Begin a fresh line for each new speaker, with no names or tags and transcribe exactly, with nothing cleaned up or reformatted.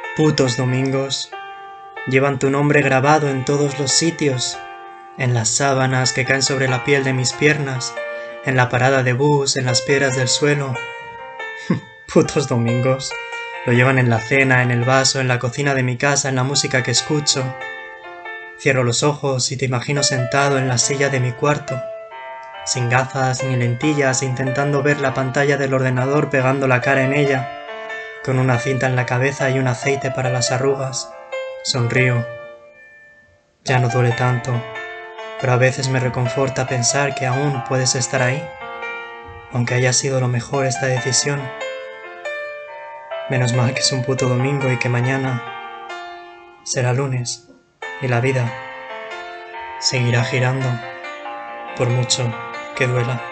Putos domingos llevan tu nombre grabado en todos los sitios, en las sábanas que caen sobre la piel de mis piernas, en la parada de bus, en las piedras del suelo. Putos domingos lo llevan en la cena, en el vaso, en la cocina de mi casa, en la música que escucho. Cierro los ojos y te imagino sentado en la silla de mi cuarto, sin gafas ni lentillas, intentando ver la pantalla del ordenador pegando la cara en ella, con una cinta en la cabeza y un aceite para las arrugas. Sonrío. Ya no duele tanto, pero a veces me reconforta pensar que aún puedes estar ahí, aunque haya sido lo mejor esta decisión. Menos mal que es un puto domingo y que mañana será lunes y la vida seguirá girando, por mucho que duela.